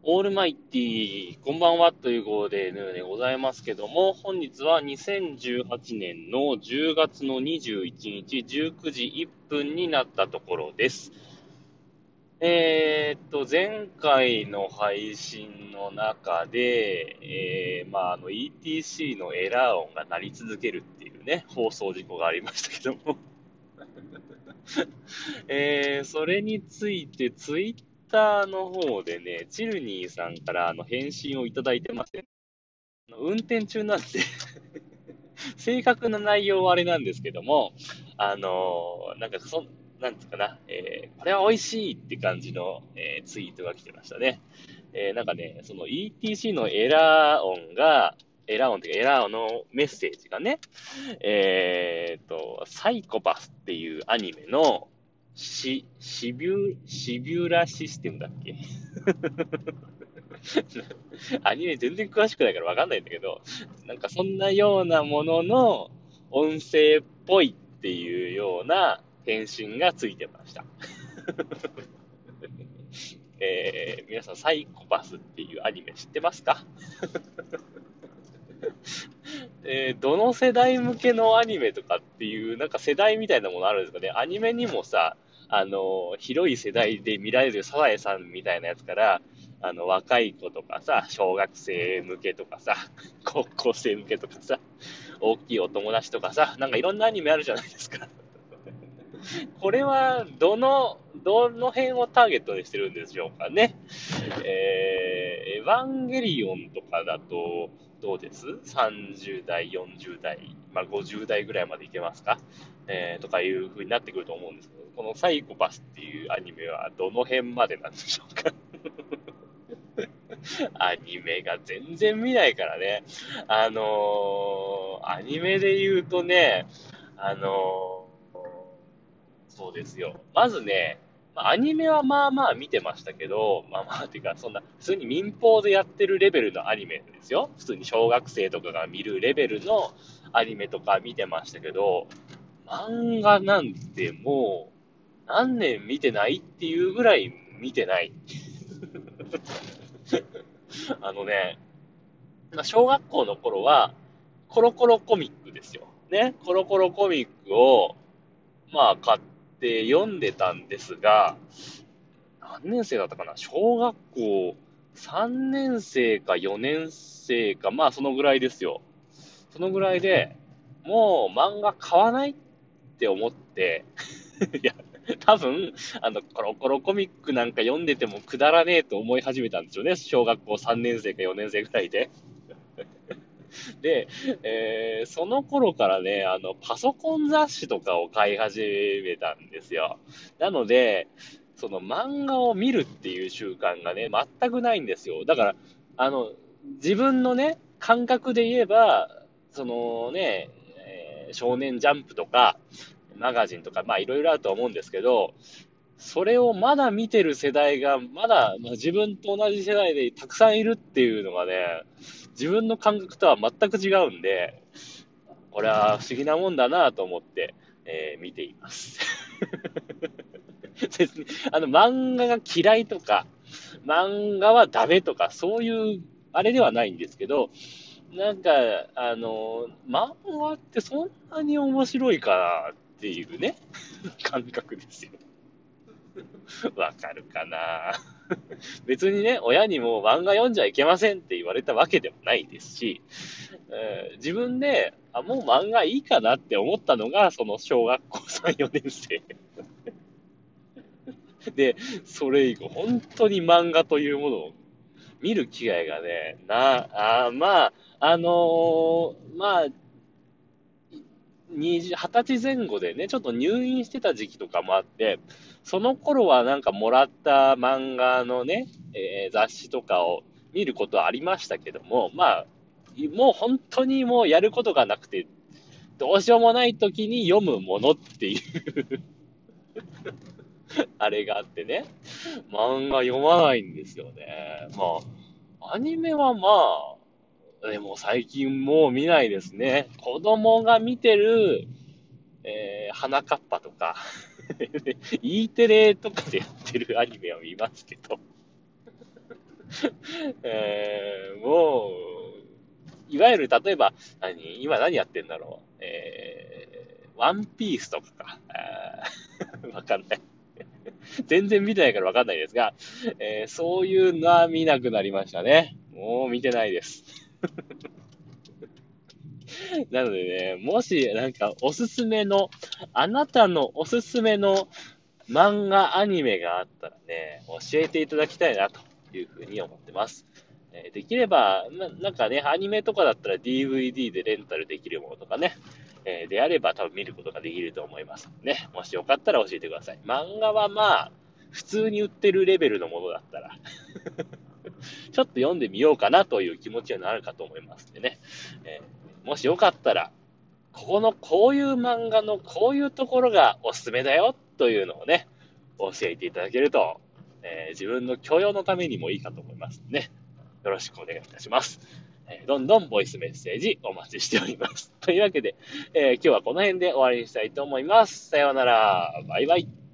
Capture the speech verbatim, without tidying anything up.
オールマイティー、こんばんはという号でのようでございますけども、本日はにせんじゅうはちねんのじゅうがつのにじゅういちにちじゅうくじいっぷんになったところです。えーっと、前回の配信の中で、えー、まあ、あの、イーティーシー のエラー音が鳴り続けるっていうね、放送事故がありましたけども、えー、それについてツイッターの方でね、チルニーさんからあの返信をいただいてますね。運転中なんで正確な内容はあれなんですけども、あのーなんかそん、なんつうかな、えーこれは美味しいって感じの、えーツイートが来てましたね。えーなんかね、その イーティーシー のエラー音が、エラー音っていうか、エラー音のメッセージがね、えーと、サイコパスっていうアニメのシ、シビュ、シビュラシステムだっけアニメ全然詳しくないからわかんないんだけど、なんかそんなようなものの音声っぽいっていうような返信がついてました。えー、皆さんサイコパスっていうアニメ知ってますか？えー、どの世代向けのアニメとかっていう、なんか世代みたいなものあるんですかね。アニメにもさ、あの、広い世代で見られるサザエさんみたいなやつから、あの、若い子とかさ、小学生向けとかさ、高校生向けとかさ、大きいお友達とかさ、なんかいろんなアニメあるじゃないですか。これは、どの、どの辺をターゲットにしてるんでしょうかね。えー、エヴァンゲリオンとかだと、どうです？ さんじゅう 代、よんじゅう代、まあ、ごじゅう代ぐらいまでいけますか？えー、とかいう風になってくると思うんですけど、このサイコパスっていうアニメはどの辺までなんでしょうか？アニメが全然見ないからね。あのー、アニメで言うとね、あのー、そうですよ。まずね、まあアニメはまあまあ見てましたけど、まあまあっていうか、そんな、普通に民放でやってるレベルのアニメですよ。普通に小学生とかが見るレベルのアニメとか見てましたけど、漫画なんてもう何年見てないっていうぐらい見てない。あのね、まあ小学校の頃は、コロコロコミックですよ。ね。コロコロコミックを、まあ、買って読んでたんですが、何年生だったかな？小学校さんねん生かよねん生か、まあそのぐらいですよ。そのぐらいで、もう漫画買わないって思って、いや、多分、あの、コロコロコミックなんか読んでてもくだらねえと思い始めたんですよね。小学校さんねん生かよねん生ぐらいで。で、えーその頃からね、あの、パソコン雑誌とかを買い始めたんですよ。なので、その漫画を見るっていう習慣がね、全くないんですよ。だから、あの、自分のね、感覚で言えば、そのね、えー少年ジャンプとか、マガジンとか、まあいろいろあると思うんですけど、それをまだ見てる世代が、まだ、まあ、自分と同じ世代でたくさんいるっていうのがね、自分の感覚とは全く違うんで、これは不思議なもんだなと思って、えー見ています。別に、あの、漫画が嫌いとか、漫画はダメとか、そういう、あれではないんですけど、なんか、あの、漫画ってそんなに面白いかなっていうね、感覚ですよ。わかるかな？別にね、親にも漫画読んじゃいけませんって言われたわけでもないですし、えー自分で、あ、もう漫画いいかなって思ったのが、その小学校さん、よねん生。で、それ以降、本当に漫画というものを見る機会がね、な、あまあ、あのーまあ、にじゅう、はたち前後でね、ちょっと入院してた時期とかもあって、その頃はなんかもらった漫画のね、えー雑誌とかを見ることはありましたけども、まあ、もう本当にもうやることがなくて、どうしようもない時に読むものっていうあれがあってね、漫画読まないんですよね。まあ、アニメはまあ、でも最近もう見ないですね。子供が見てる、えー、花かっぱとか、E テレとかでやってるアニメを見ますけど、 えー、もう、いわゆる例えば、何、今何やってんだろう。えー、ワンピースとかか。あーわかんない。全然見てないからわかんないですが、えー、そういうのは見なくなりましたね。もう見てないです。なのでね、もしなんかおすすめの、あなたのおすすめの漫画、アニメがあったらね、教えていただきたいなというふうに思ってます。えーできればな、なんかね、アニメとかだったら ディーブイディー でレンタルできるものとかね、えーであれば多分見ることができると思いますね。もしよかったら教えてください。漫画はまあ、普通に売ってるレベルのものだったらちょっと読んでみようかなという気持ちになるかと思いますんでね。えーもしよかったら、ここのこういう漫画のこういうところがおすすめだよというのをね、教えていただけると、えー自分の教養のためにもいいかと思いますね。よろしくお願いいたします。えーどんどんボイスメッセージお待ちしております。というわけで、えー今日はこの辺で終わりにしたいと思います。さようなら。バイバイ。